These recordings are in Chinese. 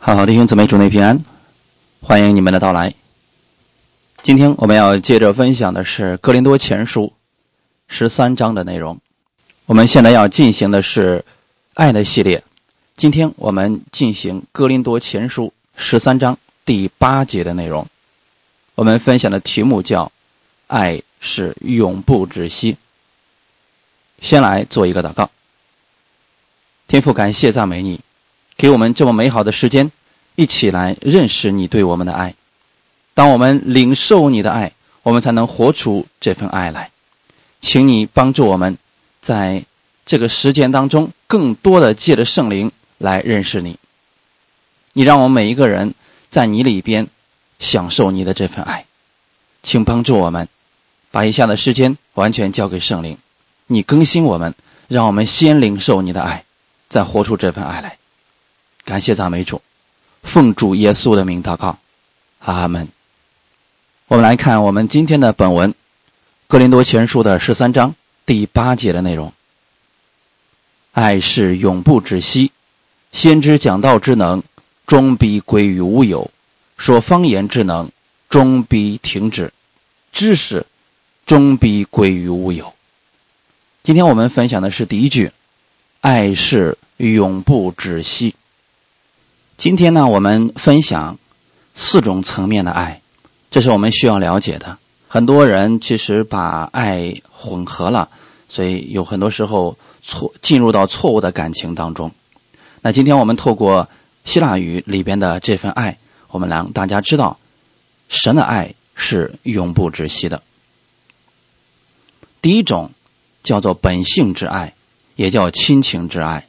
好，弟兄姊妹，主内平安，欢迎你们的到来。今天我们要接着分享的是哥林多前书13章的内容。我们现在要进行的是爱的系列，今天我们进行哥林多前书13章第8节的内容。我们分享的题目叫爱是永不止息。先来做一个祷告。天父，感谢赞美你，给我们这么美好的时间，一起来认识你对我们的爱。当我们领受你的爱，我们才能活出这份爱来。请你帮助我们在这个时间当中更多的借着圣灵来认识你。你让我们每一个人在你里边享受你的这份爱。请帮助我们把以下的时间完全交给圣灵，你更新我们，让我们先领受你的爱，再活出这份爱来。感谢赞美主，奉主耶稣的名祷告，阿们。我们来看我们今天的本文，哥林多前书的13章第8节的内容。爱是永不止息，先知讲道之能终必归于无有，说方言之能终必停止，知识终必归于无有。今天我们分享的是第一句，爱是永不止息。今天呢，我们分享4种层面的爱，这是我们需要了解的。很多人其实把爱混合了，所以有很多时候进入到错误的感情当中。那今天我们透过希腊语里边的这份爱，我们让大家知道神的爱是永不止息的。第一种叫做本性之爱，也叫亲情之爱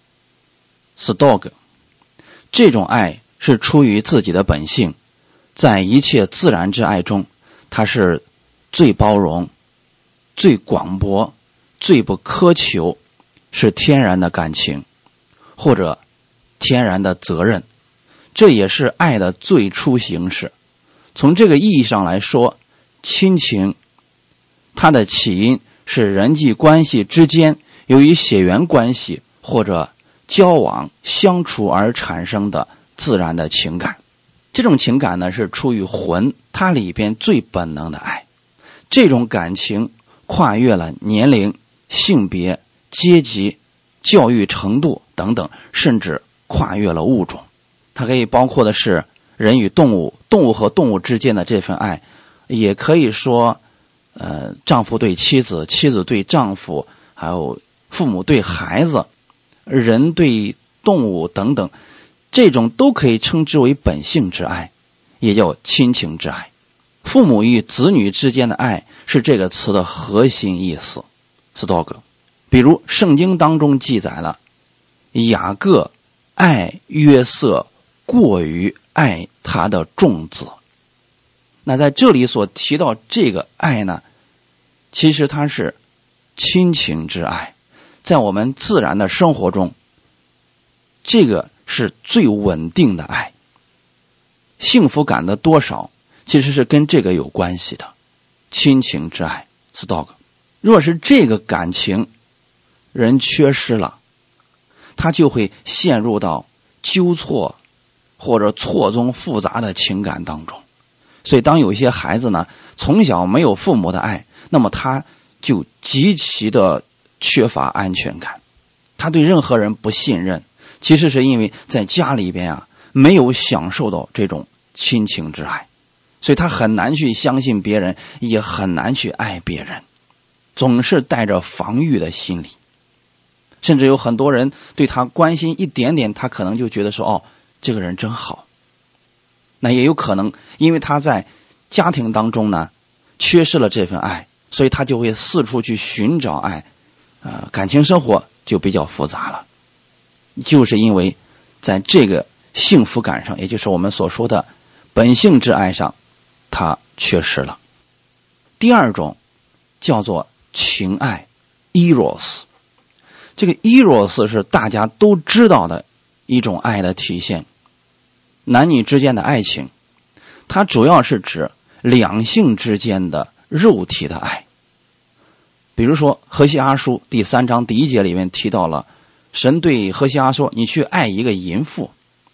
Storge。 这种爱是出于自己的本性，在一切自然之爱中，它是最包容、最广博、最不苛求，是天然的感情或者天然的责任。这也是爱的最初形式。从这个意义上来说，亲情它的起因是人际关系之间由于血缘关系或者交往相处而产生的自然的情感。这种情感呢，是出于魂，它里边最本能的爱。这种感情跨越了年龄、性别、阶级、教育程度等等，甚至跨越了物种。它可以包括的是人与动物，动物和动物之间的这份爱，也可以说丈夫对妻子，妻子对丈夫，还有父母对孩子，人对动物等等，这种都可以称之为本性之爱，也叫亲情之爱。父母与子女之间的爱是这个词的核心意思 Storge。 比如圣经当中记载了雅各爱约瑟过于爱他的众子。那在这里所提到这个爱呢，其实它是亲情之爱。在我们自然的生活中，这个是最稳定的爱。幸福感的多少其实是跟这个有关系的。亲情之爱 Storge。 若是这个感情人缺失了，他就会陷入到纠错或者错综复杂的情感当中。所以当有一些孩子呢，从小没有父母的爱，那么他就极其的缺乏安全感，他对任何人不信任，其实是因为在家里边没有享受到这种亲情之爱，所以他很难去相信别人，也很难去爱别人，总是带着防御的心理。甚至有很多人对他关心一点点，他可能就觉得说，这个人真好。那也有可能因为他在家庭当中呢缺失了这份爱，所以他就会四处去寻找爱，感情生活就比较复杂了。就是因为在这个幸福感上，也就是我们所说的本性之爱上，他缺失了。第二种叫做情爱 Eros。 这个 Eros 是大家都知道的一种爱的体现，男女之间的爱情，它主要是指两性之间的肉体的爱。比如说何西阿书第3章第1节里面提到了神对何西阿说，你去爱一个淫妇。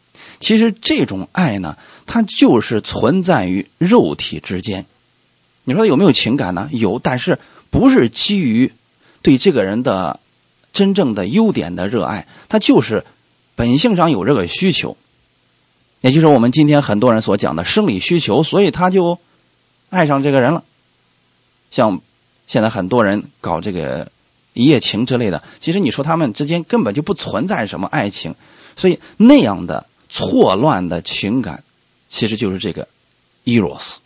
其实这种爱呢，它就是存在于肉体之间。你说有没有情感呢？有，但是不是基于对这个人的真正的优点的热爱，它就是本性上有这个需求，也就是我们今天很多人所讲的生理需求，所以他就爱上这个人了。像现在很多人搞这个一夜情之类的，其实你说他们之间根本就不存在什么爱情，所以那样的错乱的情感其实就是这个 eros。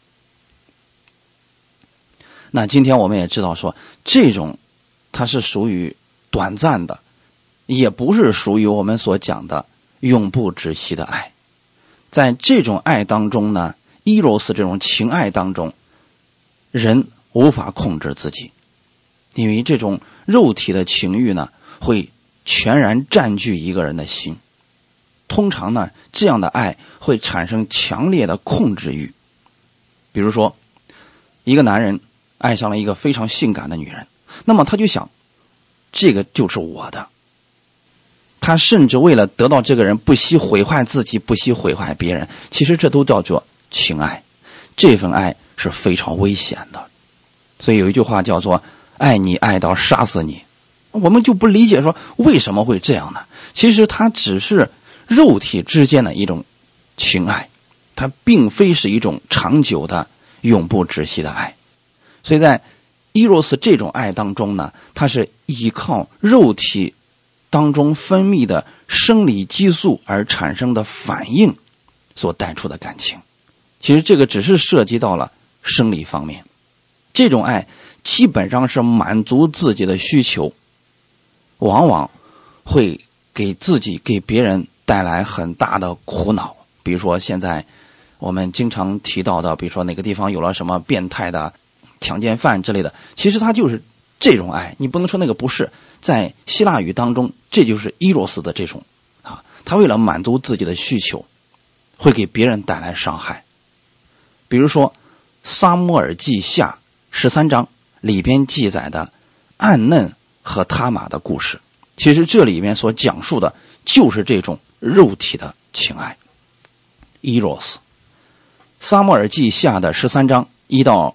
那今天我们也知道说，这种它是属于短暂的，也不是属于我们所讲的永不止息的爱。在这种爱当中呢，eros 这种情爱当中，人无法控制自己，因为这种肉体的情欲呢，会全然占据一个人的心。通常呢，这样的爱会产生强烈的控制欲。比如说，一个男人爱上了一个非常性感的女人，那么他就想，这个就是我的。他甚至为了得到这个人，不惜毁坏自己，不惜毁坏别人。其实这都叫做情爱，这份爱是非常危险的。所以有一句话叫做爱你爱到杀死你。我们就不理解说为什么会这样呢？其实它只是肉体之间的一种情爱，它并非是一种长久的永不止息的爱。所以在eros这种爱当中呢，它是依靠肉体当中分泌的生理激素而产生的反应所带出的感情。其实这个只是涉及到了生理方面，这种爱基本上是满足自己的需求，往往会给自己给别人带来很大的苦恼。比如说现在我们经常提到的，比如说哪个地方有了什么变态的强奸犯之类的，其实它就是这种爱，你不能说那个不是。在希腊语当中，这就是 eros 的这种他为了满足自己的需求，会给别人带来伤害。比如说撒母耳记下13章里边记载的暗嫩和他玛的故事，其实这里面所讲述的就是这种肉体的情爱 eros。 撒母耳记下的13章1到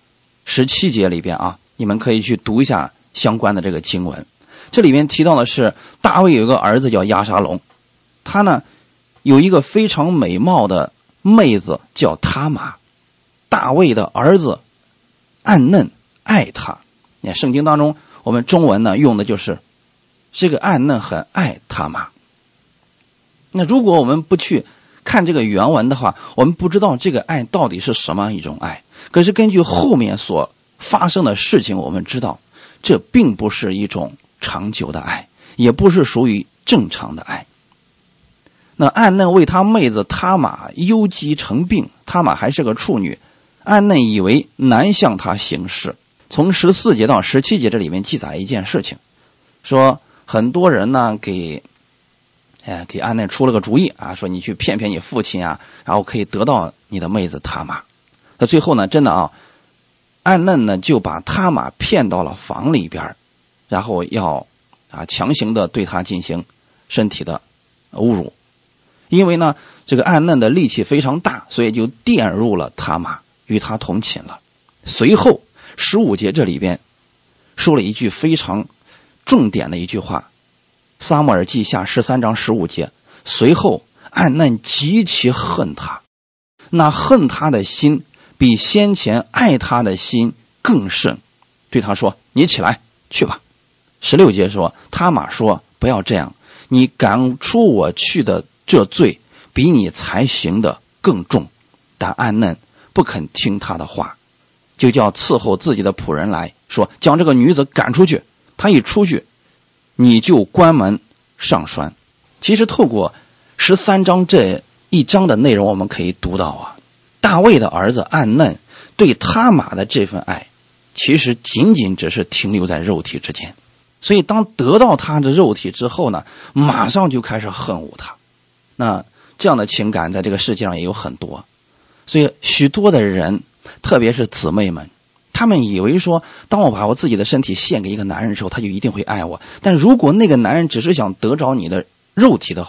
17节里边你们可以去读一下相关的这个经文。这里面提到的是大卫有一个儿子叫押沙龙，他呢有一个非常美貌的妹子叫他玛，大卫的儿子暗嫩爱他。你看圣经当中我们中文呢用的就是这个暗嫩很爱他玛。那如果我们不去看这个原文的话，我们不知道这个爱到底是什么一种爱。可是根据后面所发生的事情，我们知道这并不是一种长久的爱，也不是属于正常的爱。那暗嫩为他妹子他玛忧疾成病，他玛还是个处女，暗嫩以为难向他行事。从14节到17节这里面记载一件事情，说很多人呢给暗嫩出了个主意说你去骗骗你父亲然后可以得到你的妹子他玛。那最后呢真的暗嫩呢就把他玛骗到了房里边，然后要强行的对他进行身体的侮辱。因为呢这个暗嫩的力气非常大，所以就玷入了他玛，与他同寝了。随后15节这里边说了一句非常重点的一句话，撒母耳记下13章15节，随后暗嫩极其恨他，那恨他的心比先前爱他的心更甚，对他说你起来去吧。16节说他玛说不要这样，你赶出我去的这罪比你才行的更重。但暗嫩不肯听他的话，就叫伺候自己的仆人来说将这个女子赶出去，他一出去你就关门上栓。其实透过13章这一章的内容，我们可以读到大卫的儿子暗嫩对他玛的这份爱其实仅仅只是停留在肉体之间，所以当得到他的肉体之后呢，马上就开始恨恶他。那这样的情感在这个世界上也有很多，所以许多的人特别是姊妹们，他们以为说当我把我自己的身体献给一个男人的时候，他就一定会爱我。但如果那个男人只是想得着你的肉体的话，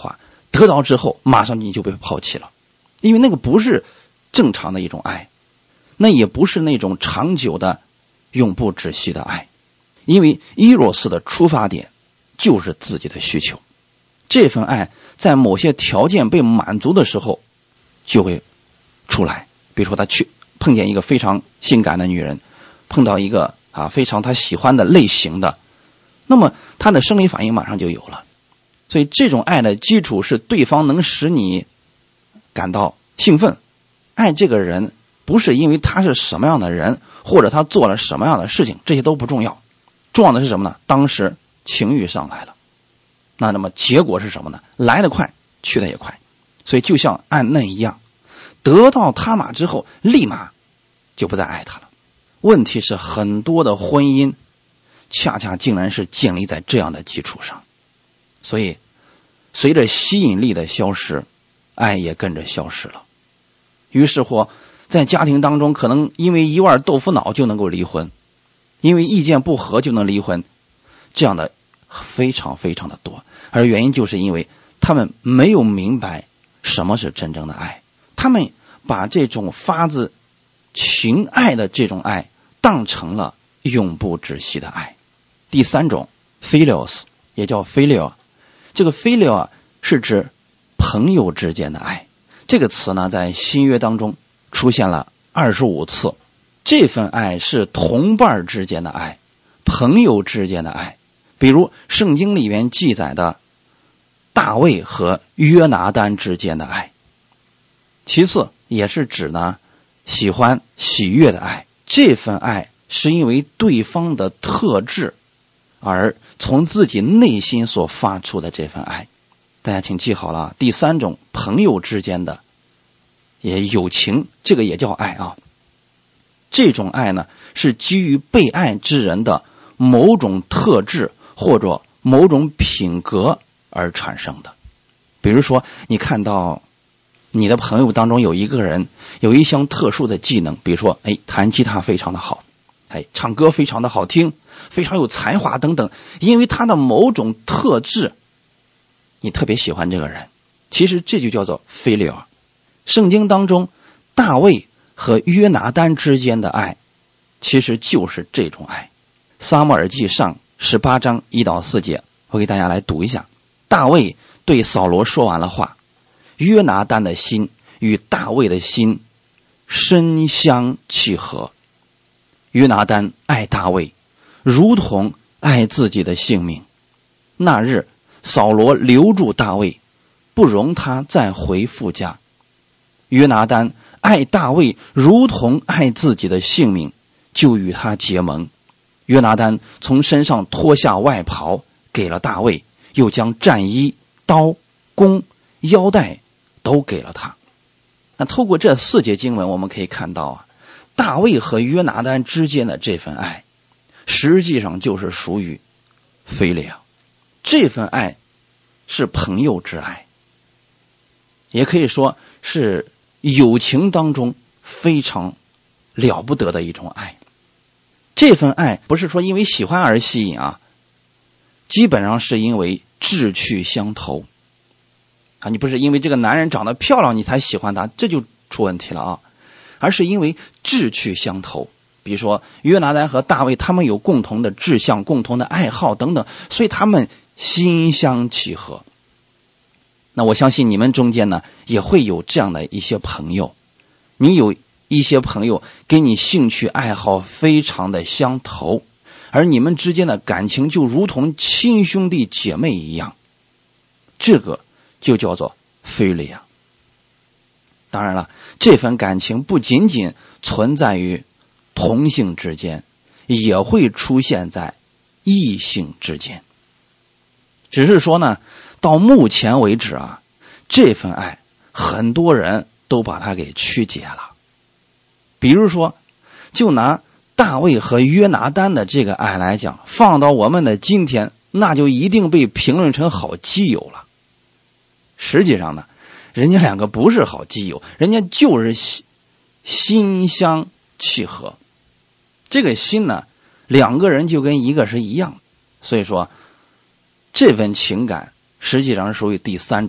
得到之后马上你就被抛弃了，因为那个不是正常的一种爱，那也不是那种长久的永不止息的爱。因为伊若斯的出发点就是自己的需求，这份爱在某些条件被满足的时候就会出来。比如说他去碰见一个非常性感的女人，碰到一个非常他喜欢的类型的，那么他的生理反应马上就有了。所以这种爱的基础是对方能使你感到兴奋。爱这个人不是因为他是什么样的人，或者他做了什么样的事情，这些都不重要。重要的是什么呢？当时情欲上来了，那么结果是什么呢？来得快，去得也快。所以就像暗嫩一样，得到他玛之后立马就不再爱他了。问题是很多的婚姻恰恰竟然是建立在这样的基础上。所以随着吸引力的消失，爱也跟着消失了。于是乎在家庭当中，可能因为一碗豆腐脑就能够离婚，因为意见不合就能离婚，这样的非常非常的多。而原因就是因为他们没有明白什么是真正的爱，他们把这种发自情爱的这种爱当成了永不止息的爱。第三种 philios 也叫 philia， 这个 philia 是指朋友之间的爱。这个词呢在新约当中出现了25次。这份爱是同伴之间的爱，朋友之间的爱。比如圣经里面记载的大卫和约拿单之间的爱。其次也是指呢喜欢喜悦的爱，这份爱是因为对方的特质而从自己内心所发出的这份爱。大家请记好了，第三种朋友之间的也友情，这个也叫爱啊。这种爱呢是基于被爱之人的某种特质或者某种品格而产生的。比如说你看到你的朋友当中有一个人有一项特殊的技能，比如说弹吉他非常的好，唱歌非常的好听，非常有才华等等，因为他的某种特质你特别喜欢这个人，其实这就叫做 philia。 圣经当中大卫和约拿单之间的爱其实就是这种爱。撒母耳记上18章1到4节，我给大家来读一下。大卫对扫罗说完了话，约拿单的心与大卫的心深相契合。约拿单爱大卫如同爱自己的性命。那日扫罗留住大卫，不容他再回父家。约拿单爱大卫如同爱自己的性命，就与他结盟。约拿单从身上脱下外袍给了大卫，又将战衣、刀、弓、腰带都给了他。那透过这4节经文我们可以看到大卫和约拿单之间的这份爱实际上就是属于腓利亚。这份爱是朋友之爱，也可以说是友情当中非常了不得的一种爱。这份爱不是说因为喜欢而吸引基本上是因为志趣相投你不是因为这个男人长得漂亮你才喜欢他，这就出问题了而是因为志趣相投。比如说约拿单和大卫他们有共同的志向，共同的爱好等等，所以他们心相契合。那我相信你们中间呢也会有这样的一些朋友，你有一些朋友跟你兴趣爱好非常的相投，而你们之间的感情就如同亲兄弟姐妹一样，这个就叫做腓利亚。当然了，这份感情不仅仅存在于同性之间，也会出现在异性之间。只是说呢，到目前为止这份爱很多人都把它给曲解了。比如说就拿大卫和约拿单的这个爱来讲，放到我们的今天那就一定被评论成好基友了。实际上呢，人家两个不是好基友，人家就是心相契合。这个心呢，两个人就跟一个是一样，所以说这份情感实际上是属于第三种，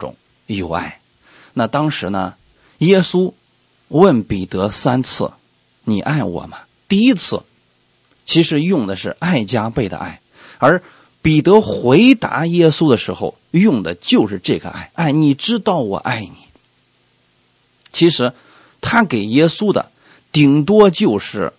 有爱。那当时呢，耶稣问彼得3次，你爱我吗？第一次其实用的是爱加倍的爱，而彼得回答耶稣的时候用的就是这个爱。爱，你知道我爱你。其实他给耶稣的顶多就是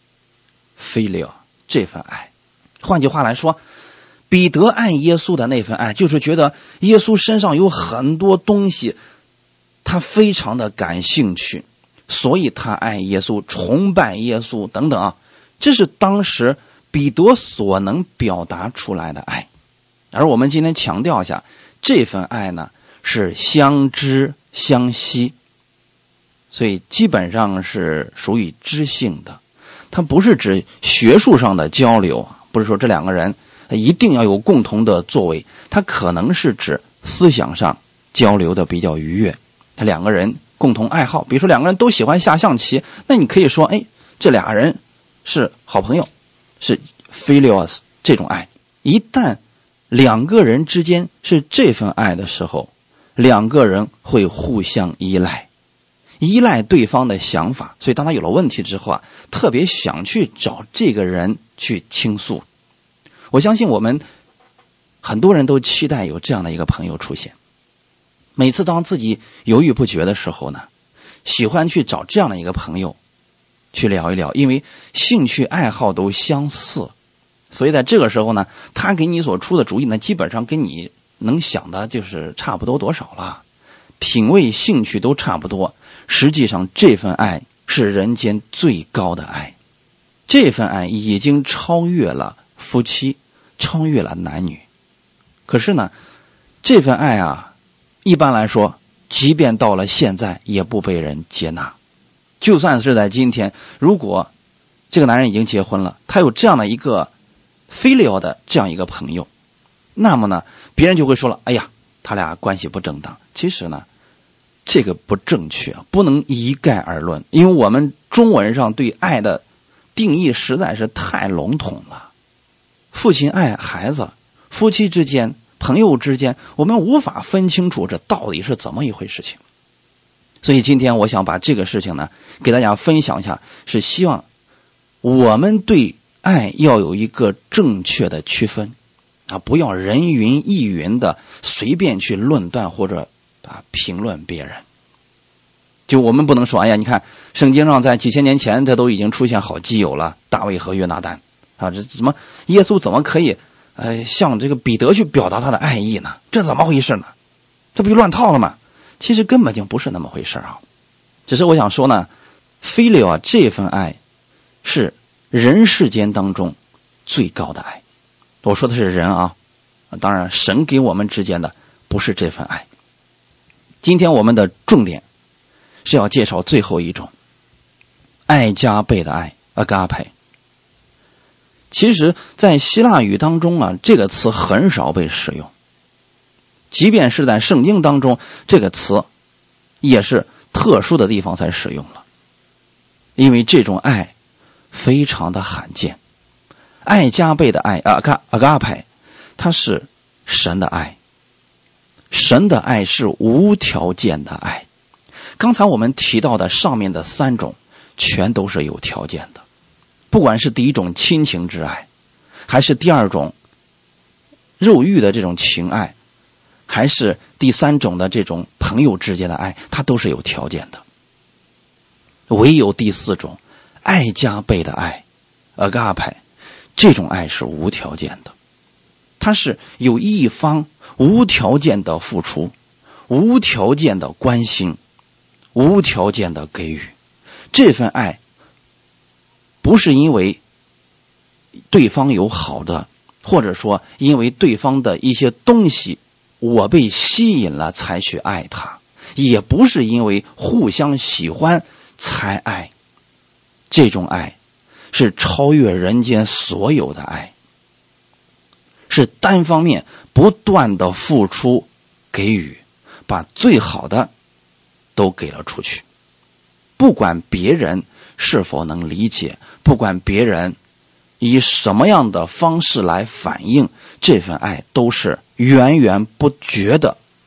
phileo这份爱。换句话来说，彼得爱耶稣的那份爱，就是觉得耶稣身上有很多东西他非常的感兴趣，所以他爱耶稣，崇拜耶稣等等啊。这是当时彼得所能表达出来的爱。而我们今天强调一下，这份爱呢是相知相惜，所以基本上是属于知性的。它不是指学术上的交流，不是说这两个人一定要有共同的作为，它可能是指思想上交流的比较愉悦。他两个人共同爱好，比如说两个人都喜欢下象棋，那你可以说这俩人是好朋友，是 philios 这种爱。一旦两个人之间是这份爱的时候，两个人会互相依赖对方的想法，所以当他有了问题之后特别想去找这个人去倾诉。我相信我们很多人都期待有这样的一个朋友出现，每次当自己犹豫不决的时候呢，喜欢去找这样的一个朋友去聊一聊，因为兴趣爱好都相似，所以在这个时候呢，他给你所出的主意呢，基本上跟你能想的就是差不多多少了，品味兴趣都差不多。实际上这份爱是人间最高的爱，这份爱已经超越了夫妻，超越了男女。可是呢，这份爱一般来说即便到了现在也不被人接纳。就算是在今天，如果这个男人已经结婚了，他有这样的一个phileo的这样一个朋友，那么呢，别人就会说了，哎呀，他俩关系不正当。其实呢，这个不正确，不能一概而论，因为我们中文上对爱的定义实在是太笼统了。父亲爱孩子，夫妻之间，朋友之间，我们无法分清楚这到底是怎么一回事情。所以今天我想把这个事情呢给大家分享一下，是希望我们对爱要有一个正确的区分不要人云亦云的随便去论断或者评论别人。就我们不能说，哎呀，你看圣经上在几千年前这都已经出现好基友了，大卫和约拿单这怎么耶稣怎么可以向这个彼得去表达他的爱意呢？这怎么回事呢？这不就乱套了吗？其实根本就不是那么回事只是我想说呢，phileo这份爱是人世间当中最高的爱。我说的是人当然神给我们之间的不是这份爱。今天我们的重点是要介绍最后一种爱加倍的爱 agape。 其实在希腊语当中这个词很少被使用，即便是在圣经当中，这个词也是特殊的地方才使用了，因为这种爱非常的罕见。爱加倍的爱agape， 它是神的爱，神的爱是无条件的爱。刚才我们提到的上面的3种全都是有条件的，不管是第一种亲情之爱，还是第二种肉欲的这种情爱，还是第3种的这种朋友之间的爱，它都是有条件的。唯有第4种爱加倍的爱 agape， 这种爱是无条件的，它是有一方无条件的付出，无条件的关心，无条件的给予。这份爱不是因为对方有好的，或者说因为对方的一些东西我被吸引了才去爱他，也不是因为互相喜欢才爱。这种爱是超越人间所有的爱，是单方面不断的付出给予，把最好的都给了出去，不管别人是否能理解，不管别人以什么样的方式来反应，这份爱都是源源不绝的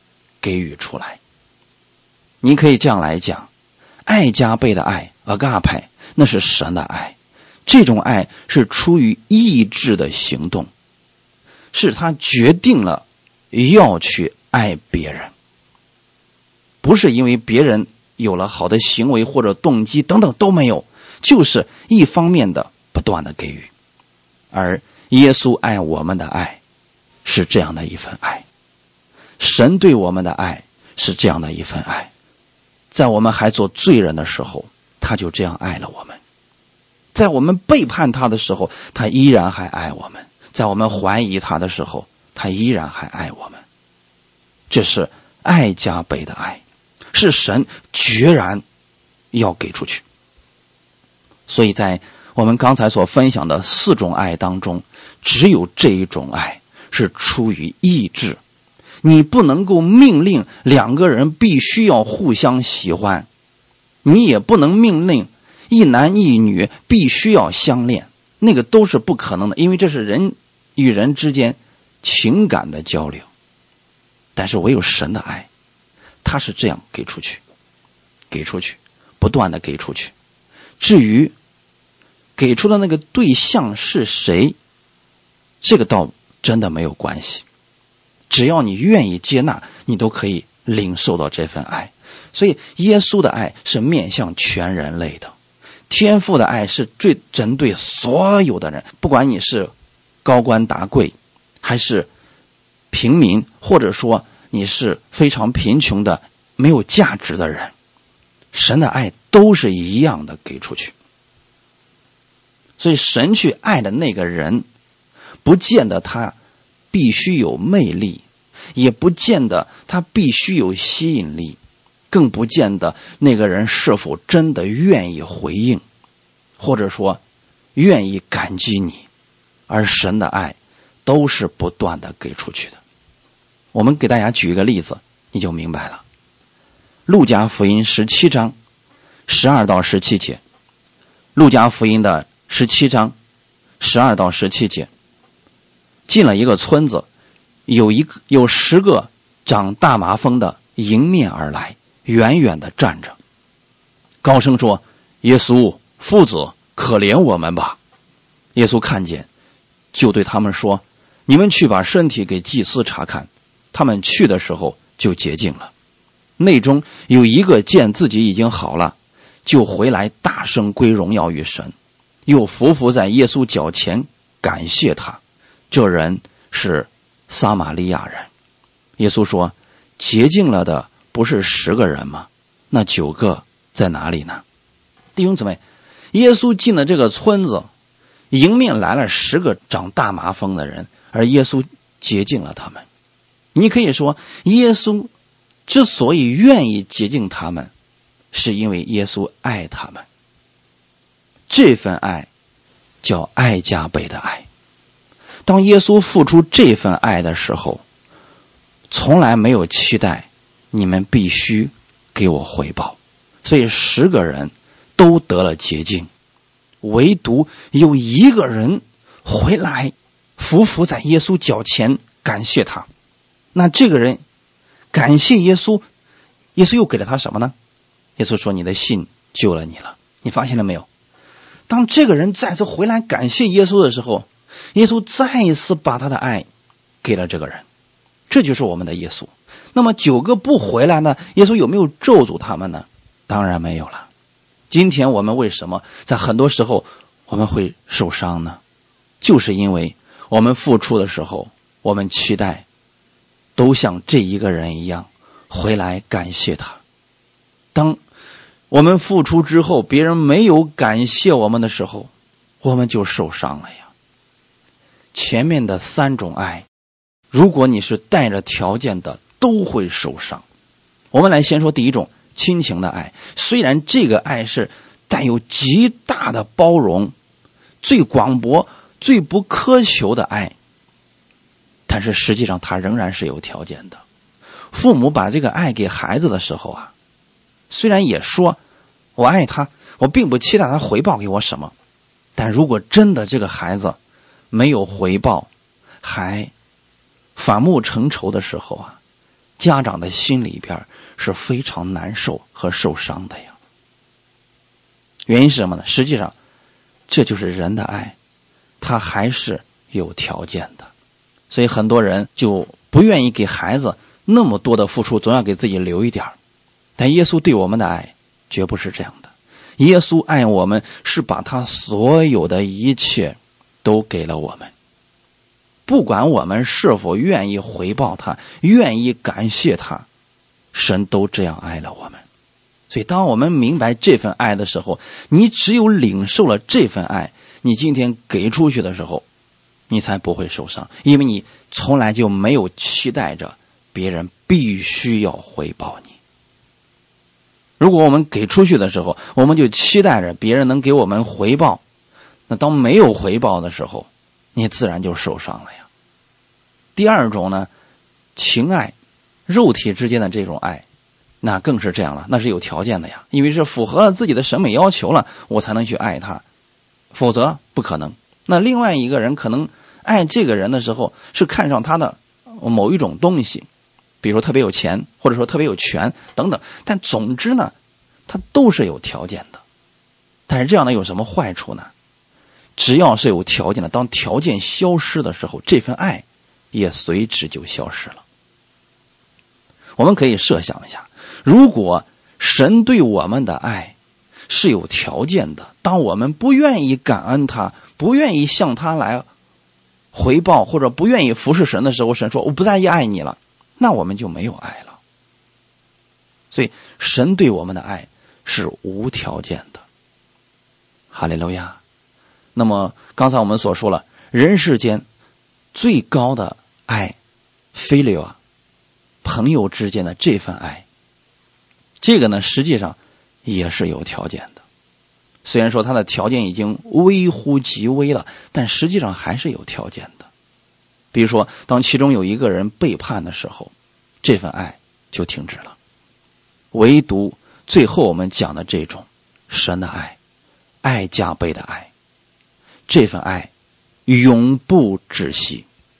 给予出来。你可以这样来讲，爱加倍的爱 agape 那是神的爱，这种爱是出于意志的行动，是他决定了要去爱别人，不是因为别人有了好的行为或者动机等等都没有，就是一方面的不断的给予。而耶稣爱我们的爱是这样的一份爱，神对我们的爱是这样的一份爱，在我们还做罪人的时候，他就这样爱了我们，在我们背叛他的时候，他依然还爱我们，在我们怀疑他的时候，他依然还爱我们。这是爱加倍的爱，是神决然要给出去。所以在我们刚才所分享的4种爱当中，只有这一种爱是出于意志。你不能够命令2个人必须要互相喜欢，你也不能命令一男一女必须要相恋，那个都是不可能的，因为这是人与人之间情感的交流。但是唯有神的爱，他是这样给出去，给出去，不断的给出去。至于给出的那个对象是谁，这个倒真的没有关系，只要你愿意接纳，你都可以领受到这份爱。所以耶稣的爱是面向全人类的，天父的爱是最针对所有的人，不管你是高官达贵还是平民，或者说你是非常贫穷的没有价值的人，神的爱都是一样的给出去。所以神去爱的那个人，不见得他必须有魅力，也不见得他必须有吸引力，更不见得那个人是否真的愿意回应，或者说愿意感激你。而神的爱都是不断的给出去的。我们给大家举一个例子，你就明白了。路加福音17章12到17节，路加福音的17章12到17节，进了一个村子，有10个长大麻风的迎面而来，远远的站着，高声说：耶稣父子，可怜我们吧。耶稣看见，就对他们说：你们去把身体给祭司查看。他们去的时候就洁净了。内中有一个见自己已经好了，就回来大声归荣耀于神，又伏伏在耶稣脚前感谢他。这人是撒玛利亚人。耶稣说：洁净了的不是10个人吗？那9个在哪里呢？弟兄姊妹，耶稣进了这个村子，迎面来了10个长大麻风的人，而耶稣洁净了他们。你可以说，耶稣之所以愿意洁净他们，是因为耶稣爱他们。这份爱叫爱加倍的爱。当耶稣付出这份爱的时候，从来没有期待你们必须给我回报。所以10个人都得了洁净，唯独有1个人回来伏伏在耶稣脚前感谢他。那这个人感谢耶稣，耶稣又给了他什么呢？耶稣说：你的信救了你了。你发现了没有？当这个人再次回来感谢耶稣的时候，耶稣再一次把他的爱给了这个人。这就是我们的耶稣。那么9个不回来呢？耶稣有没有咒诅他们呢？当然没有了。今天我们为什么在很多时候我们会受伤呢？就是因为我们付出的时候，我们期待都像这一个人一样回来感谢他。当我们付出之后，别人没有感谢我们的时候，我们就受伤了呀。前面的3种爱，如果你是带着条件的，都会受伤。我们来先说第一种，亲情的爱。虽然这个爱是带有极大的包容，最广博、最不苛求的爱，但是实际上它仍然是有条件的。父母把这个爱给孩子的时候啊，虽然也说我爱他，我并不期待他回报给我什么，但如果真的这个孩子没有回报，还反目成仇的时候啊， 家长的心里边是非常难受和受伤的呀。原因是什么呢？实际上这就是人的爱，他还是有条件的。所以很多人就不愿意给孩子那么多的付出，总要给自己留一点。但耶稣对我们的爱绝不是这样的。耶稣爱我们是把他所有的一切都给了我们，不管我们是否愿意回报他，愿意感谢他，神都这样爱了我们。所以当我们明白这份爱的时候，你只有领受了这份爱，你今天给出去的时候，你才不会受伤，因为你从来就没有期待着别人必须要回报你。如果我们给出去的时候，我们就期待着别人能给我们回报，那当没有回报的时候，你自然就受伤了呀。第二种呢，情爱，肉体之间的这种爱，那更是这样了，那是有条件的呀，因为是符合了自己的审美要求了，我才能去爱他，否则不可能。那另外一个人可能爱这个人的时候，是看上他的某一种东西，比如说特别有钱，或者说特别有权等等，但总之呢，他都是有条件的。但是这样呢，有什么坏处呢？只要是有条件的，当条件消失的时候，这份爱也随之就消失了。我们可以设想一下，如果神对我们的爱是有条件的，当我们不愿意感恩他，不愿意向他来回报，或者不愿意服侍神的时候，神说我不再意爱你了，那我们就没有爱了。所以神对我们的爱是无条件的。哈利路亚。那么刚才我们所说了，人世间最高的爱，philia，朋友之间的这份爱，这个呢实际上也是有条件的。虽然说它的条件已经微乎极微了，但实际上还是有条件的。比如说当其中有一个人背叛的时候，这份爱就停止了。唯独最后我们讲的这种神的爱，爱加倍的爱，这份爱永不止息。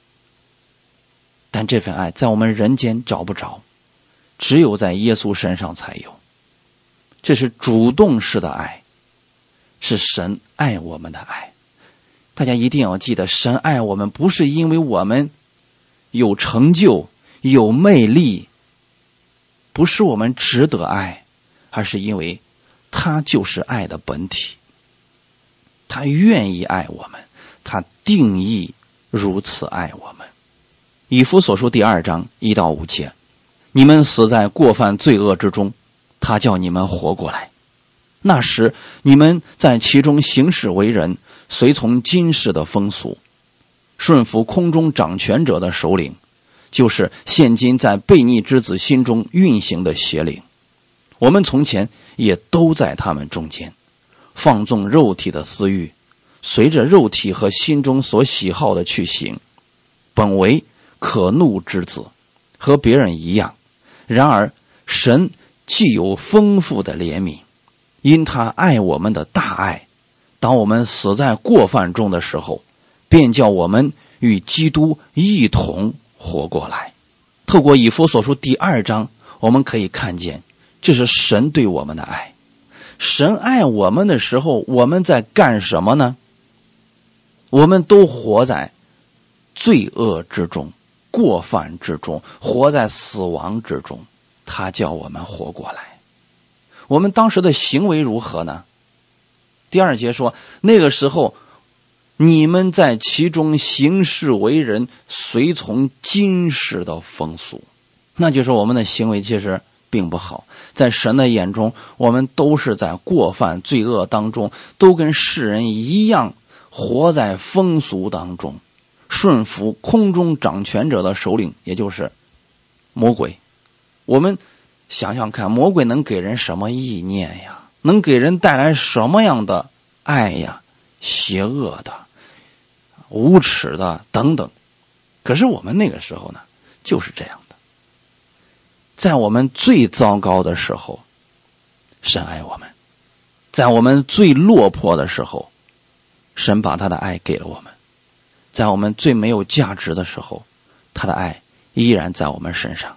但这份爱在我们人间找不着，只有在耶稣身上才有。这是主动式的爱，是神爱我们的爱。大家一定要记得，神爱我们不是因为我们有成就有魅力，不是我们值得爱，而是因为他就是爱的本体，他愿意爱我们，他定义如此爱我们。以弗所书第2章1到5节，你们死在过犯罪恶之中，他叫你们活过来。那时你们在其中行事为人，随从今世的风俗，顺服空中掌权者的首领，就是现今在悖逆之子心中运行的邪灵。我们从前也都在他们中间，放纵肉体的私欲，随着肉体和心中所喜好的去行，本为可怒之子，和别人一样。然而神既有丰富的怜悯，因他爱我们的大爱，当我们死在过犯中的时候，便叫我们与基督一同活过来。透过以弗所书第2章，我们可以看见这是神对我们的爱。神爱我们的时候，我们在干什么呢？我们都活在罪恶之中，过犯之中，活在死亡之中，他叫我们活过来。我们当时的行为如何呢？第2节说，那个时候你们在其中行事为人，随从今世的风俗。那就是我们的行为其实并不好，在神的眼中，我们都是在过犯罪恶当中，都跟世人一样，活在风俗当中，顺服空中掌权者的首领，也就是魔鬼。我们想想看，魔鬼能给人什么意念呀？能给人带来什么样的爱呀？邪恶的、无耻的等等。可是我们那个时候呢，就是这样的。在我们最糟糕的时候，神爱我们；在我们最落魄的时候，神把他的爱给了我们；在我们最没有价值的时候，他的爱依然在我们身上。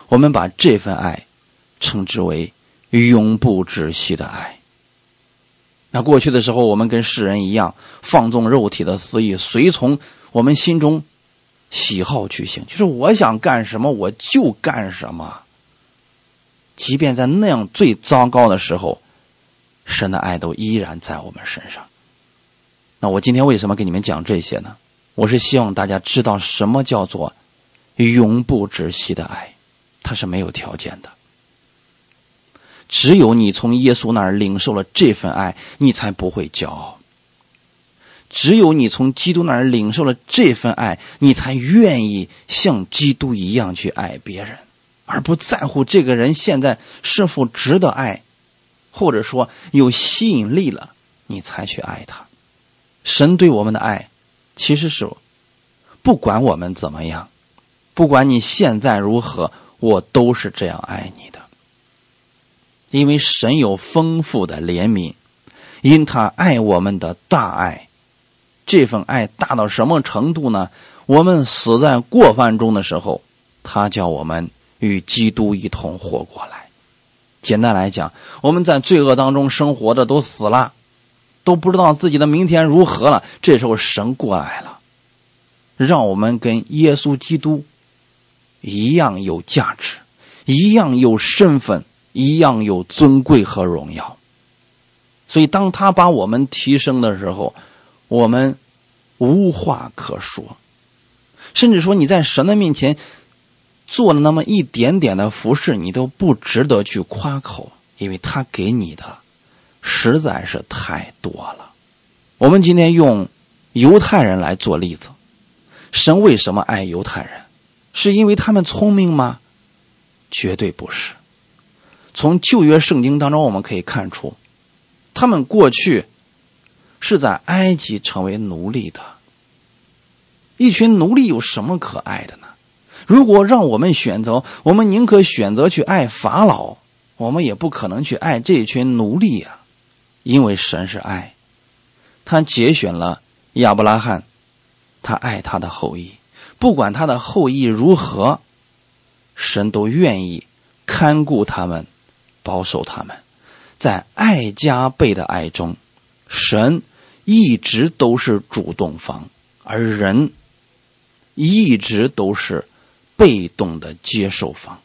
我们把这份爱称之为永不止息的爱。那过去的时候，我们跟世人一样，放纵肉体的私欲，随从我们心中喜好去行，就是我想干什么我就干什么。即便在那样最糟糕的时候，神的爱都依然在我们身上。那我今天为什么给你们讲这些呢？我是希望大家知道什么叫做永不止息的爱，它是没有条件的。只有你从耶稣那儿领受了这份爱，你才不会骄傲。只有你从基督那儿领受了这份爱，你才愿意像基督一样去爱别人，而不在乎这个人现在是否值得爱，或者说有吸引力了，你才去爱他。神对我们的爱其实是不管我们怎么样，不管你现在如何，我都是这样爱你的。因为神有丰富的怜悯，因他爱我们的大爱，这份爱大到什么程度呢？我们死在过犯中的时候，他叫我们与基督一同活过来。简单来讲，我们在罪恶当中生活的都死了，都不知道自己的明天如何了，这时候神过来了，让我们跟耶稣基督一样有价值，一样有身份，一样有尊贵和荣耀。所以当他把我们提升的时候，我们无话可说，甚至说你在神的面前做了那么一点点的服事，你都不值得去夸口，因为他给你的实在是太多了。我们今天用犹太人来做例子，神为什么爱犹太人？是因为他们聪明吗？绝对不是。从旧约圣经当中我们可以看出，他们过去是在埃及成为奴隶的。一群奴隶有什么可爱的呢？如果让我们选择，我们宁可选择去爱法老，我们也不可能去爱这群奴隶啊。因为神是爱，他节选了亚伯拉罕，他爱他的后裔，不管他的后裔如何，神都愿意看顾他们，保守他们。在爱加倍的爱中，神一直都是主动方，而人一直都是被动的接受方。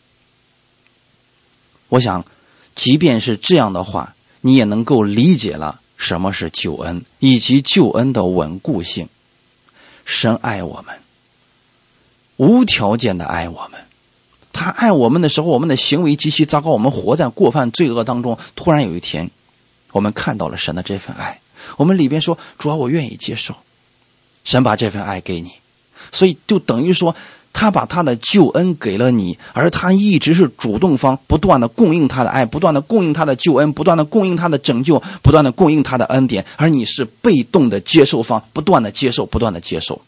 我想即便是这样的话，你也能够理解了什么是救恩，以及救恩的稳固性。神爱我们，无条件的爱我们。他爱我们的时候，我们的行为极其糟糕，我们活在过犯罪恶当中。突然有一天，我们看到了神的这份爱，我们里边说，主啊，我愿意接受。神把这份爱给你，所以就等于说他把他的救恩给了你，而他一直是主动方，不断的供应他的爱，不断的供应他的救恩，不断的供应他的拯救，不断的供应他的恩典，而你是被动的接受方，不断的接受，不断的接受。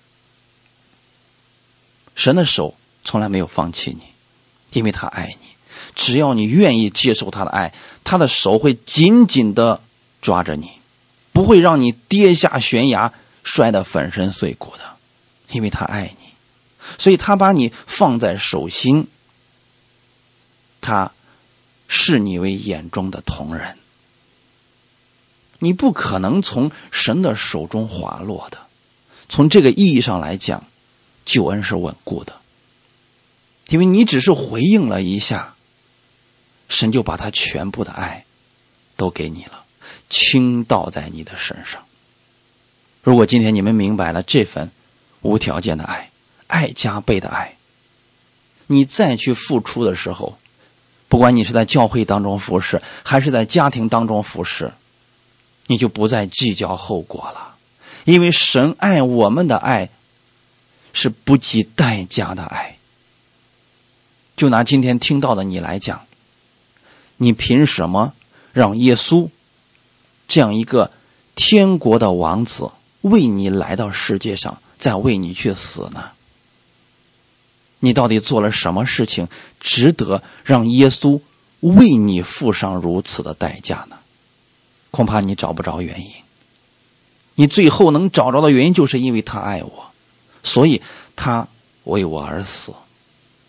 神的手从来没有放弃你，因为他爱你。只要你愿意接受他的爱，他的手会紧紧的抓着你，不会让你跌下悬崖摔得粉身碎骨的，因为他爱你。所以他把你放在手心，他视你为眼中的瞳人，你不可能从神的手中滑落的。从这个意义上来讲，救恩是稳固的，因为你只是回应了一下，神就把他全部的爱都给你了，倾倒在你的身上。如果今天你们明白了这份无条件的爱，爱加倍的爱，你再去付出的时候，不管你是在教会当中服侍，还是在家庭当中服侍，你就不再计较后果了。因为神爱我们的爱是不计代价的爱。就拿今天听到的你来讲，你凭什么让耶稣这样一个天国的王子为你来到世界上，再为你去死呢？你到底做了什么事情值得让耶稣为你付上如此的代价呢？恐怕你找不着原因。你最后能找着的原因，就是因为他爱我，所以他为我而死。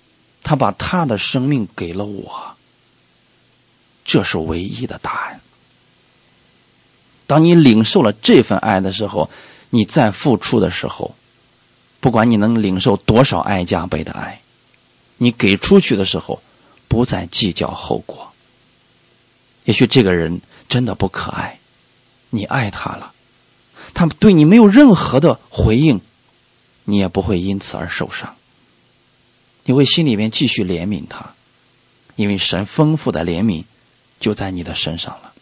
他把他的生命给了我，这是唯一的答案。当你领受了这份爱的时候，你再付出的时候，不管你能领受多少爱加倍的爱，你给出去的时候不再计较后果。也许这个人真的不可爱，你爱他了，他对你没有任何的回应，你也不会因此而受伤，你会心里面继续怜悯他，因为神丰富的怜悯就在你的身上了。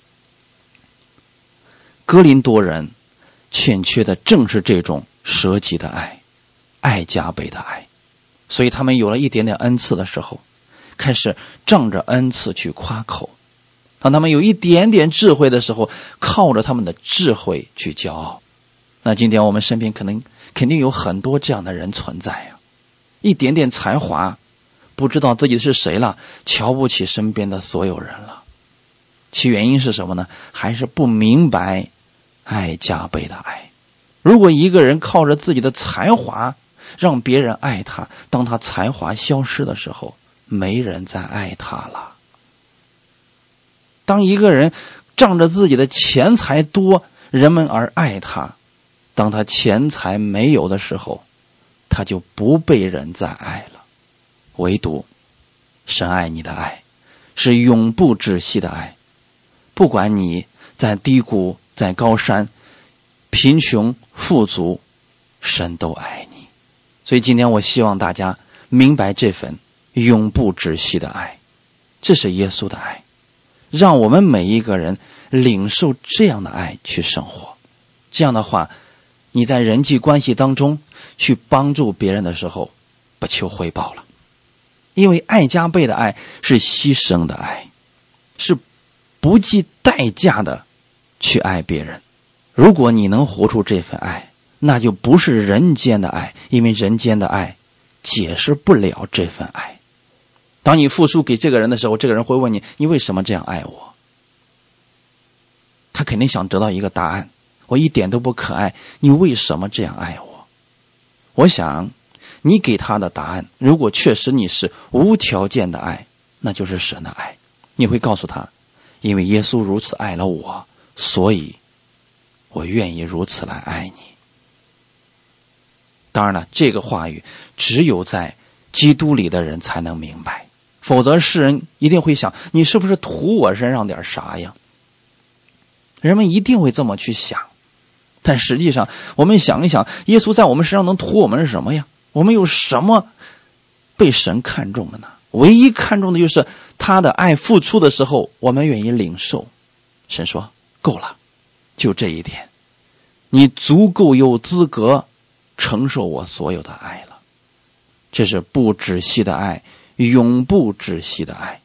哥林多人欠缺的正是这种舍己的爱，爱加倍的爱，所以他们有了一点点恩赐的时候，开始仗着恩赐去夸口；当他们有一点点智慧的时候，靠着他们的智慧去骄傲。那今天我们身边肯定有很多这样的人存在呀，一点点才华，不知道自己是谁了，瞧不起身边的所有人了。其原因是什么呢？还是不明白爱加倍的爱。如果一个人靠着自己的才华让别人爱他，当他才华消失的时候，没人再爱他了。当一个人仗着自己的钱财多，人们而爱他，当他钱财没有的时候，他就不被人再爱了。唯独神爱你的爱是永不止息的爱，不管你在低谷，在高山，贫穷富足，神都爱你。所以今天我希望大家明白这份永不止息的爱，这是耶稣的爱，让我们每一个人领受这样的爱去生活。这样的话，你在人际关系当中去帮助别人的时候，不求回报了。因为爱加倍的爱是牺牲的爱，是不计代价的去爱别人。如果你能活出这份爱，那就不是人间的爱，因为人间的爱解释不了这份爱。当你付出给这个人的时候，这个人会问你，你为什么这样爱我？他肯定想得到一个答案，我一点都不可爱，你为什么这样爱我？我想你给他的答案，如果确实你是无条件的爱，那就是神的爱。你会告诉他，因为耶稣如此爱了我，所以我愿意如此来爱你。当然了，这个话语只有在基督里的人才能明白，否则世人一定会想，你是不是图我身上点啥呀？人们一定会这么去想。但实际上我们想一想，耶稣在我们身上能图我们是什么呀？我们有什么被神看重的呢？唯一看重的就是他的爱付出的时候，我们愿意领受。神说够了，就这一点，你足够有资格承受我所有的爱了。这是不止息的爱，永不止息的爱。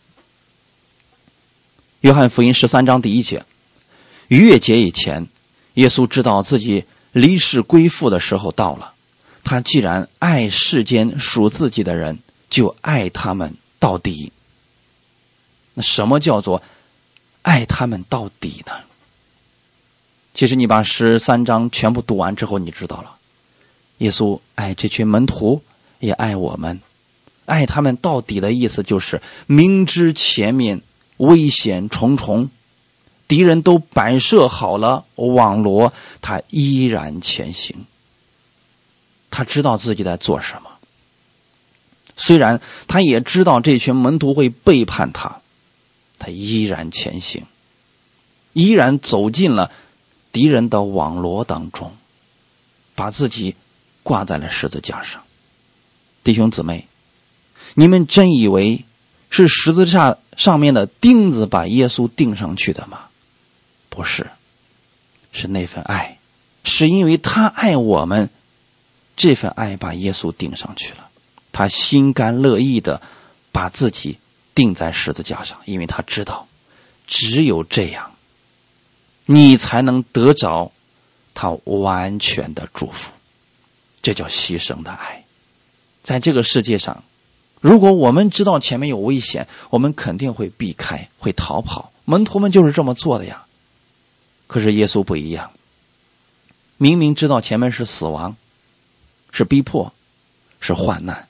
约翰福音13章第1节，逾越节以前，耶稣知道自己离世归父的时候到了。他既然爱世间属自己的人，就爱他们到底。那什么叫做爱他们到底呢？其实你把13章全部读完之后，你知道了，耶稣爱这群门徒，也爱我们。爱他们到底的意思就是明知前面危险重重，敌人都摆设好了网罗，他依然前行。他知道自己在做什么，虽然他也知道这群门徒会背叛他，他依然前行，依然走进了敌人的网罗当中，把自己挂在了十字架上。弟兄姊妹，你们真以为是十字架上面的钉子把耶稣钉上去的吗？不是，是那份爱，是因为他爱我们，这份爱把耶稣钉上去了。他心甘乐意的把自己钉在十字架上，因为他知道只有这样你才能得着他完全的祝福。这叫牺牲的爱。在这个世界上，如果我们知道前面有危险，我们肯定会避开，会逃跑。门徒们就是这么做的呀。可是耶稣不一样，明明知道前面是死亡，是逼迫，是患难，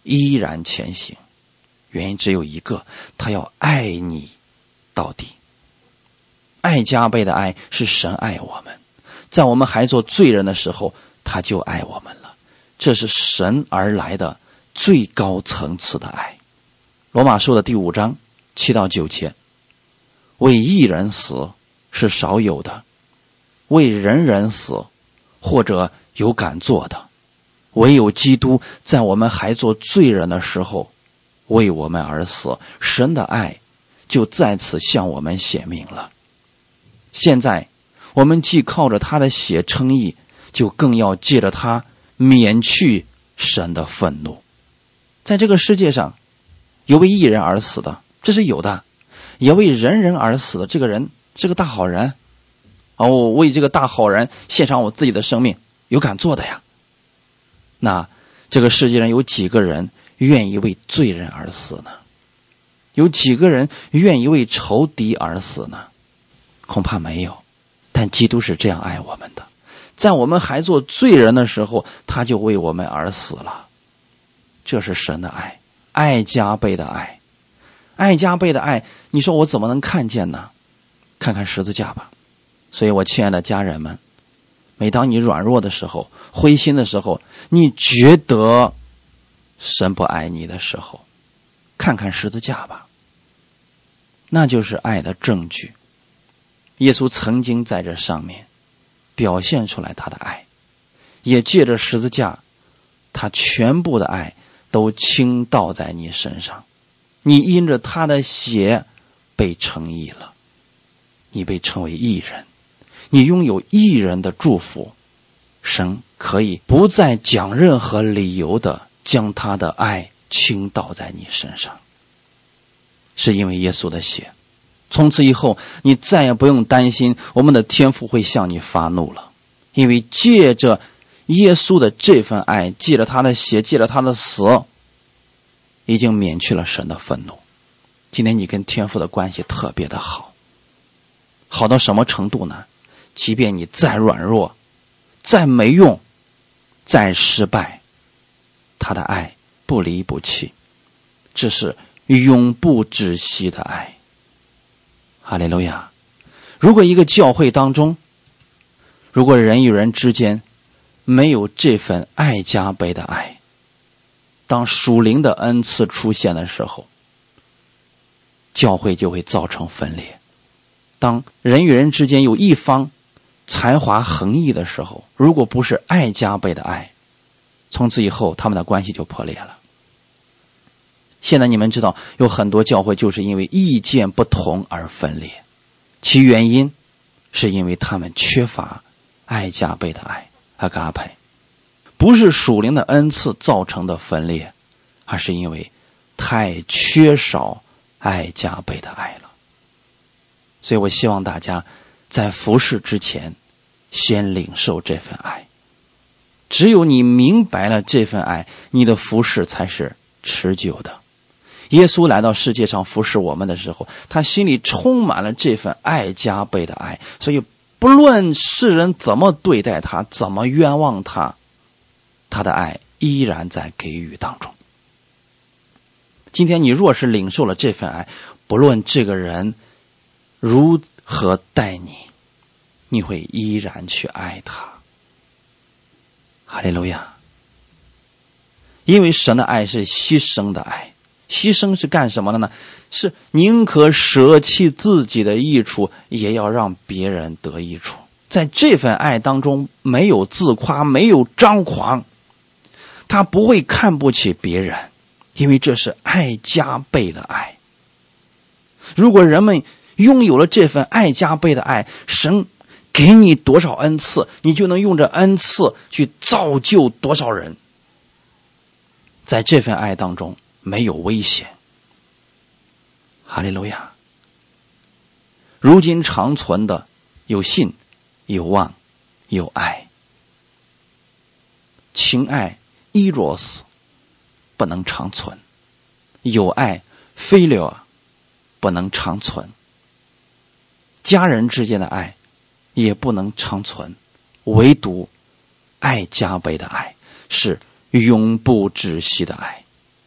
依然前行。原因只有一个，他要爱你到底。爱加倍的爱是神爱我们，在我们还做罪人的时候，他就爱我们了。这是神而来的最高层次的爱。罗马书的第5章7到9节，为一人死是少有的，为人人死或者有敢做的，唯有基督在我们还做罪人的时候为我们而死，神的爱就在此向我们显明了。现在我们既靠着他的血称义，就更要借着他免去神的愤怒。在这个世界上有为一人而死的，这是有的，也为人人而死的。这个人是个大好人，我为这个大好人献上我自己的生命，有敢做的呀。那这个世界上有几个人愿意为罪人而死呢？有几个人愿意为仇敌而死呢？恐怕没有。但基督是这样爱我们的，在我们还做罪人的时候，他就为我们而死了。这是神的爱，爱加倍的爱。爱加倍的爱，你说我怎么能看见呢？看看十字架吧。所以我亲爱的家人们，每当你软弱的时候，灰心的时候，你觉得神不爱你的时候，看看十字架吧，那就是爱的证据。耶稣曾经在这上面表现出来他的爱，也借着十字架，他全部的爱都倾倒在你身上。你因着他的血被称义了，你被称为义人，你拥有义人的祝福。神可以不再讲任何理由的将他的爱倾倒在你身上，是因为耶稣的血。从此以后，你再也不用担心我们的天父会向你发怒了，因为借着耶稣的这份爱，借着他的血，借着他的死，已经免去了神的愤怒。今天你跟天父的关系特别的好，好到什么程度呢？即便你再软弱，再没用，再失败，他的爱不离不弃，这是永不止息的爱。哈利路亚！如果一个教会当中，如果人与人之间没有这份爱加倍的爱，当属灵的恩赐出现的时候，教会就会造成分裂。当人与人之间有一方才华横溢的时候，如果不是爱加倍的爱，从此以后他们的关系就破裂了。现在你们知道，有很多教会就是因为意见不同而分裂，其原因是因为他们缺乏爱加倍的爱，阿嘎培，不是属灵的恩赐造成的分裂，而是因为太缺少爱加倍的爱了。所以我希望大家在服事之前先领受这份爱，只有你明白了这份爱，你的服事才是持久的。耶稣来到世界上服侍我们的时候，他心里充满了这份爱加倍的爱，所以不论世人怎么对待他，怎么冤枉他，他的爱依然在给予当中。今天你若是领受了这份爱，不论这个人如何待你，你会依然去爱他。哈利路亚！因为神的爱是牺牲的爱。牺牲是干什么的呢？是宁可舍弃自己的益处，也要让别人得益处。在这份爱当中，没有自夸，没有张狂，他不会看不起别人，因为这是爱加倍的爱。如果人们拥有了这份爱加倍的爱，神给你多少恩赐，你就能用这恩赐去造就多少人。在这份爱当中没有危险。哈利路亚！如今长存的有信，有望，有爱。情爱eros不能长存，有爱philia不能长存，家人之间的爱也不能长存，唯独爱加倍的爱是永不止息的爱。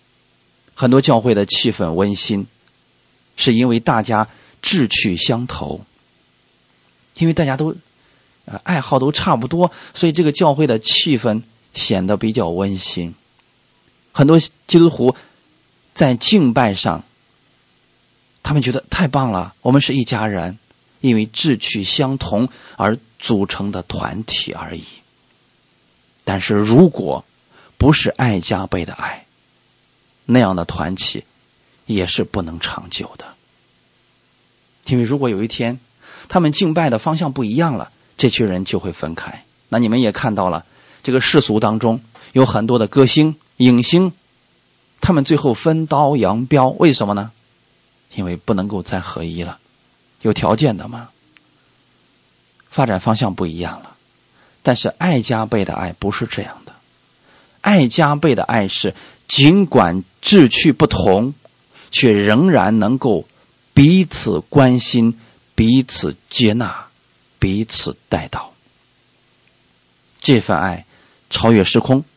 很多教会的气氛温馨，是因为大家志趣相投，因为大家都爱好都差不多，所以这个教会的气氛显得比较温馨。很多基督徒在敬拜上，他们觉得太棒了，我们是一家人，因为志趣相同而组成的团体而已。但是如果不是爱加倍的爱，那样的团体也是不能长久的。因为如果有一天他们敬拜的方向不一样了，这群人就会分开。那你们也看到了，这个世俗当中有很多的歌星影星，他们最后分道扬镳，为什么呢？因为不能够再合一了。有条件的吗？发展方向不一样了。但是爱加倍的爱不是这样的，爱加倍的爱是尽管志趣不同，却仍然能够彼此关心，彼此接纳，彼此带到。这份爱超越时空，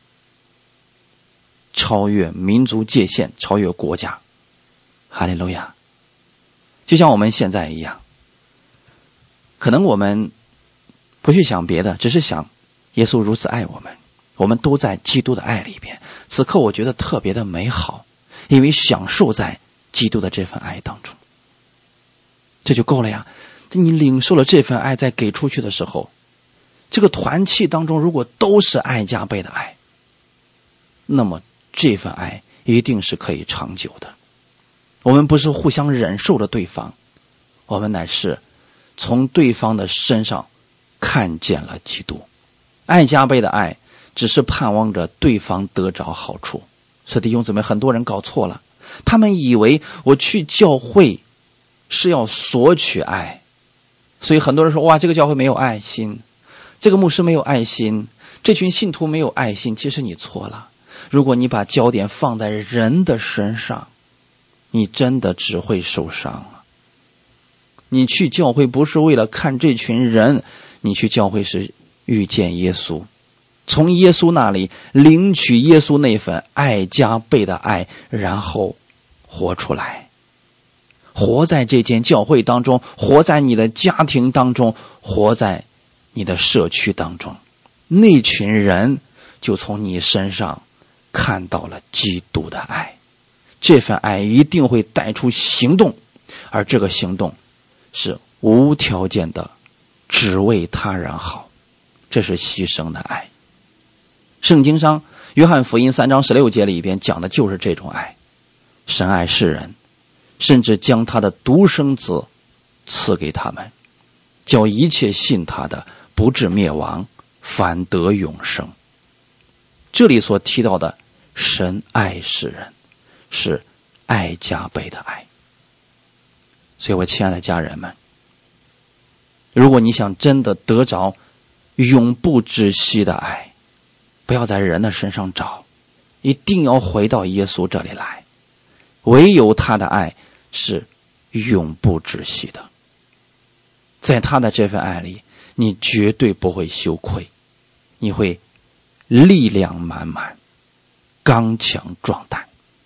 超越民族界限，超越国家。哈利路亚！就像我们现在一样，可能我们不去想别的，只是想耶稣如此爱我们，我们都在基督的爱里边。此刻我觉得特别的美好，因为享受在基督的这份爱当中，这就够了呀。你领受了这份爱，再给出去的时候，这个团契当中如果都是爱加倍的爱，那么这份爱一定是可以长久的。我们不是互相忍受着对方，我们乃是从对方的身上看见了基督。爱加倍的爱只是盼望着对方得着好处。所以弟兄姊妹，很多人搞错了，他们以为我去教会是要索取爱，所以很多人说，哇，这个教会没有爱心，这个牧师没有爱心，这群信徒没有爱心。其实你错了，如果你把焦点放在人的身上，你真的只会受伤了。你去教会不是为了看这群人，你去教会是遇见耶稣，从耶稣那里领取耶稣那份爱加倍的爱，然后活出来，活在这间教会当中，活在你的家庭当中，活在你的社区当中，那群人就从你身上看到了基督的爱。这份爱一定会带出行动，而这个行动是无条件的，只为他人好，这是牺牲的爱。圣经上约翰福音3章16节里边讲的就是这种爱。神爱世人，甚至将他的独生子赐给他们，叫一切信他的不至灭亡，反得永生。这里所提到的神爱世人，是爱加倍的爱。所以我亲爱的家人们，如果你想真的得着永不止息的爱，不要在人的身上找，一定要回到耶稣这里来。唯有他的爱是永不止息的，在他的这份爱里，你绝对不会羞愧，你会力量满满，刚强壮胆。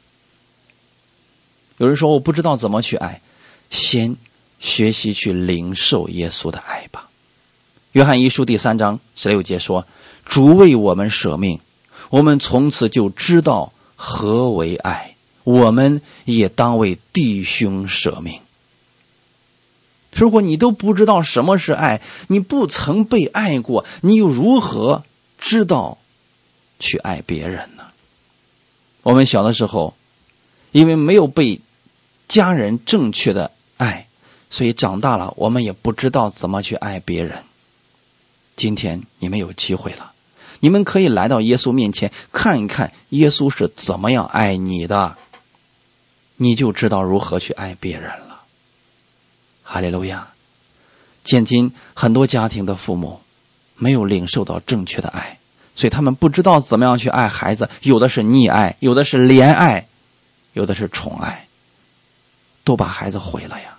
有人说我不知道怎么去爱，先学习去领受耶稣的爱吧。约翰一书第3章16节说，主为我们舍命，我们从此就知道何为爱，我们也当为弟兄舍命。如果你都不知道什么是爱，你不曾被爱过，你又如何知道去爱别人呢？我们小的时候因为没有被家人正确的爱，所以长大了我们也不知道怎么去爱别人。今天你们有机会了，你们可以来到耶稣面前看一看耶稣是怎么样爱你的，你就知道如何去爱别人了。哈利路亚！现今很多家庭的父母没有领受到正确的爱，所以他们不知道怎么样去爱孩子，有的是溺爱，有的是怜爱，有的是宠爱，都把孩子毁了呀。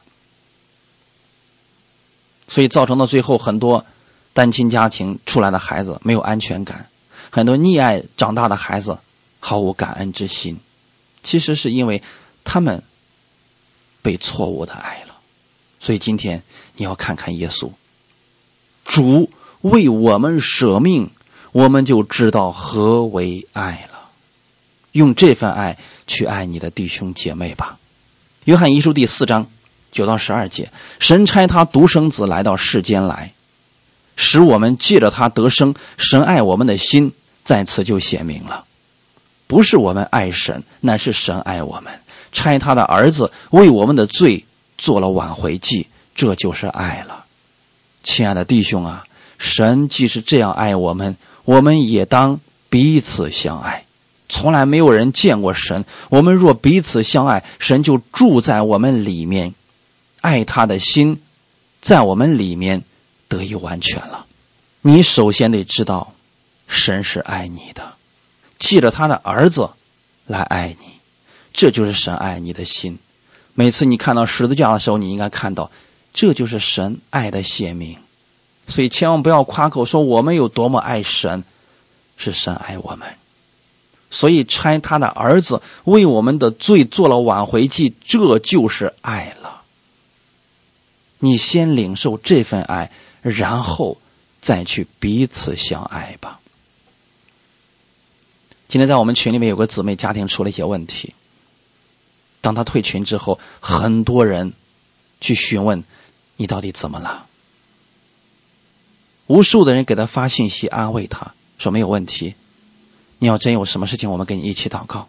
所以造成了最后很多单亲家庭出来的孩子没有安全感，很多溺爱长大的孩子毫无感恩之心， 其实是因为他们被错误的爱了。所以今天你要看看耶稣，主为我们舍命，我们就知道何为爱了。用这份爱去爱你的弟兄姐妹吧。约翰一书第4章9到12节，神差他独生子来到世间来，使我们借着他得生。神爱我们的心在此就显明了，不是我们爱神，乃是神爱我们，差他的儿子为我们的罪做了挽回祭，这就是爱了。亲爱的弟兄啊，神既是这样爱我们，我们也当彼此相爱。从来没有人见过神，我们若彼此相爱，神就住在我们里面，爱他的心在我们里面得以完全了。你首先得知道神是爱你的，借着他的儿子来爱你，这就是神爱你的心。每次你看到十字架的时候，你应该看到这就是神爱的显明。所以千万不要夸口说我们有多么爱神，是神爱我们，所以差他的儿子为我们的罪做了挽回祭，这就是爱了。你先领受这份爱，然后再去彼此相爱吧。今天在我们群里面有个姊妹家庭出了一些问题，当她退群之后，很多人去询问你到底怎么了，无数的人给她发信息安慰她，说没有问题，你要真有什么事情我们跟你一起祷告。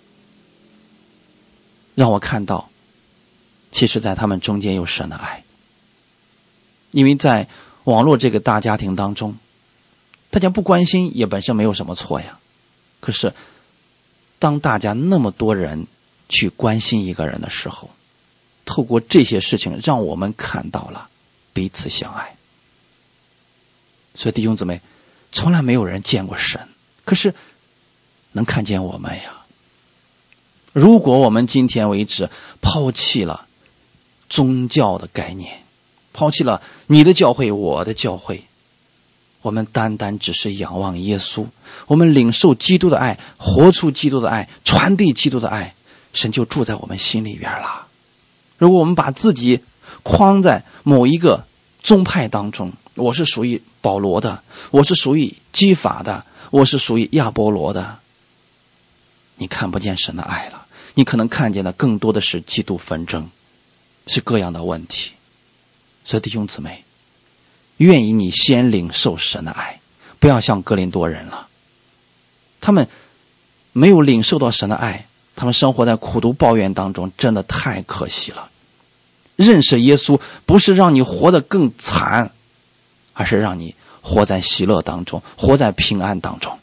让我看到其实在他们中间有神的爱。因为在网络这个大家庭当中，大家不关心也本身没有什么错呀，可是当大家那么多人去关心一个人的时候，透过这些事情让我们看到了彼此相爱。所以弟兄姊妹，从来没有人见过神，可是能看见我们呀。如果我们今天为止抛弃了宗教的概念，抛弃了你的教会我的教会，我们单单只是仰望耶稣，我们领受基督的爱，活出基督的爱，传递基督的爱，神就住在我们心里边了。如果我们把自己框在某一个宗派当中，我是属于保罗的，我是属于基法的，我是属于亚波罗的，你看不见神的爱了，你可能看见的更多的是嫉妒纷争，是各样的问题。所以弟兄姊妹，愿意你先领受神的爱，不要像哥林多人了，他们没有领受到神的爱，他们生活在苦毒抱怨当中，真的太可惜了。认识耶稣不是让你活得更惨，而是让你活在喜乐当中，活在平安当中。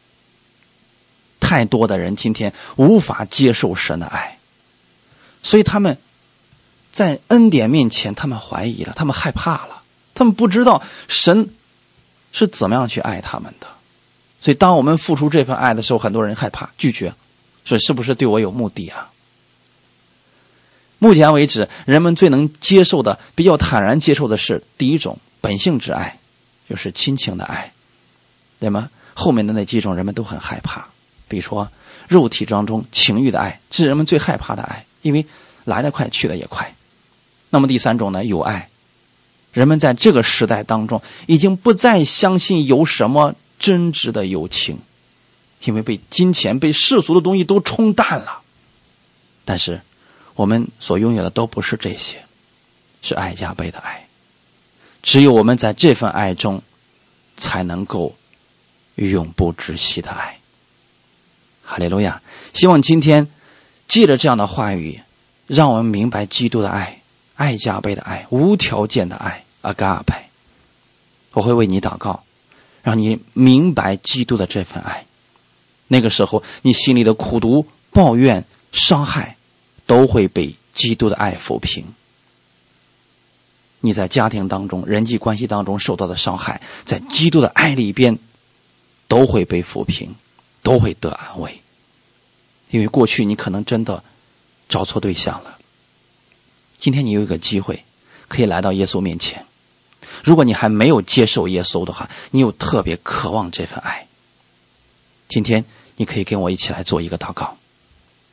太多的人今天无法接受神的爱，所以他们在恩典面前他们怀疑了，他们害怕了，他们不知道神是怎么样去爱他们的。所以当我们付出这份爱的时候，很多人害怕拒绝，说是不是对我有目的啊？目前为止人们最能接受的，比较坦然接受的是第一种本性之爱，就是亲情的爱，对吗？后面的那几种人们都很害怕，比如说肉体当中情欲的爱，这是人们最害怕的爱，因为来得快去得也快。那么第三种呢，友爱。人们在这个时代当中已经不再相信有什么真挚的友情，因为被金钱被世俗的东西都冲淡了。但是我们所拥有的都不是这些，是爱加倍的爱。只有我们在这份爱中才能够永不止息的爱。哈利路亚！希望今天借着这样的话语，让我们明白基督的爱，爱加倍的爱，无条件的爱，阿嘎阿拜。我会为你祷告，让你明白基督的这份爱。那个时候你心里的苦毒、抱怨、伤害都会被基督的爱抚平。你在家庭当中、人际关系当中受到的伤害，在基督的爱里边都会被抚平，都会得安慰。因为过去你可能真的找错对象了，今天你有一个机会可以来到耶稣面前。如果你还没有接受耶稣的话，你有特别渴望这份爱，今天你可以跟我一起来做一个祷告。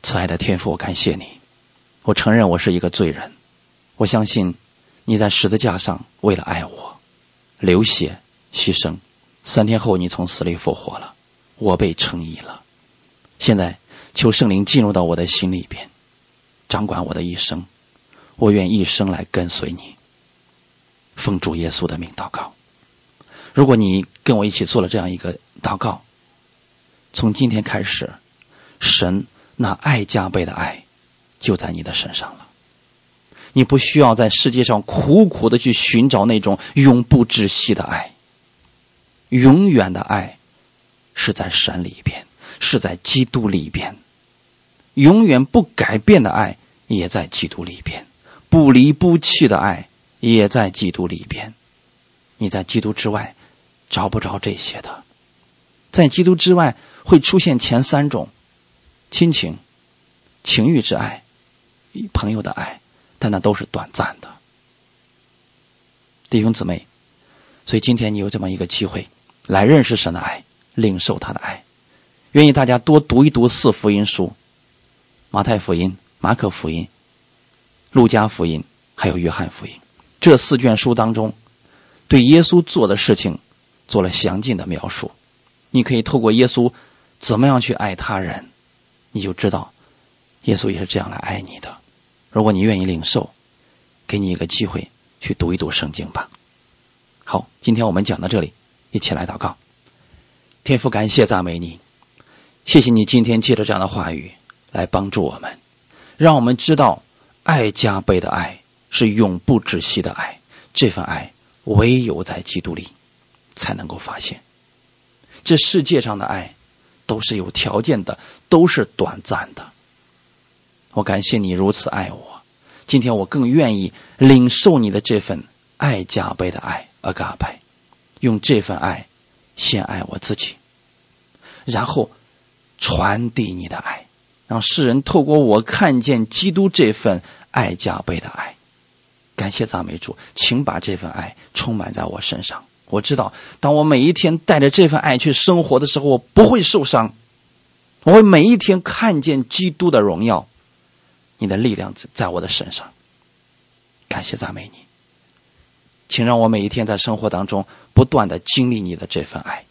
慈爱的天父，我感谢你，我承认我是一个罪人，我相信你在十字架上为了爱我流血牺牲，3天后你从死里复活了，我被称义了。现在求圣灵进入到我的心里边，掌管我的一生，我愿一生来跟随你。奉主耶稣的名祷告。如果你跟我一起做了这样一个祷告，从今天开始，神那爱加倍的爱就在你的身上了。你不需要在世界上苦苦的去寻找那种永不止息的爱，永远的爱是在神里边，是在基督里边，永远不改变的爱也在基督里边，不离不弃的爱也在基督里边。你在基督之外找不着这些的，在基督之外会出现前3种：亲情、情欲之爱、朋友的爱，但那都是短暂的。弟兄姊妹，所以今天你有这么一个机会来认识神的爱，领受他的爱。愿意大家多读一读4福音书，马太福音、马可福音、路加福音还有约翰福音。这4卷书当中对耶稣做的事情做了详尽的描述，你可以透过耶稣怎么样去爱他人，你就知道耶稣也是这样来爱你的。如果你愿意领受，给你一个机会去读一读圣经吧。好，今天我们讲到这里，一起来祷告。天父，感谢赞美你，谢谢你今天借着这样的话语来帮助我们，让我们知道爱加倍的爱是永不止息的爱，这份爱唯有在基督里才能够发现。这世界上的爱都是有条件的，都是短暂的。我感谢你如此爱我，今天我更愿意领受你的这份爱加倍的爱，阿嘎拜，用这份爱先爱我自己，然后传递你的爱，让世人透过我看见基督这份爱加倍的爱。感谢赞美主，请把这份爱充满在我身上。我知道当我每一天带着这份爱去生活的时候，我不会受伤，我会每一天看见基督的荣耀，你的力量在我的身上。感谢赞美你，请让我每一天在生活当中不断的经历你的这份爱。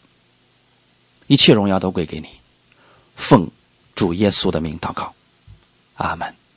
一切荣耀都归给你，奉主耶稣的名祷告，阿们。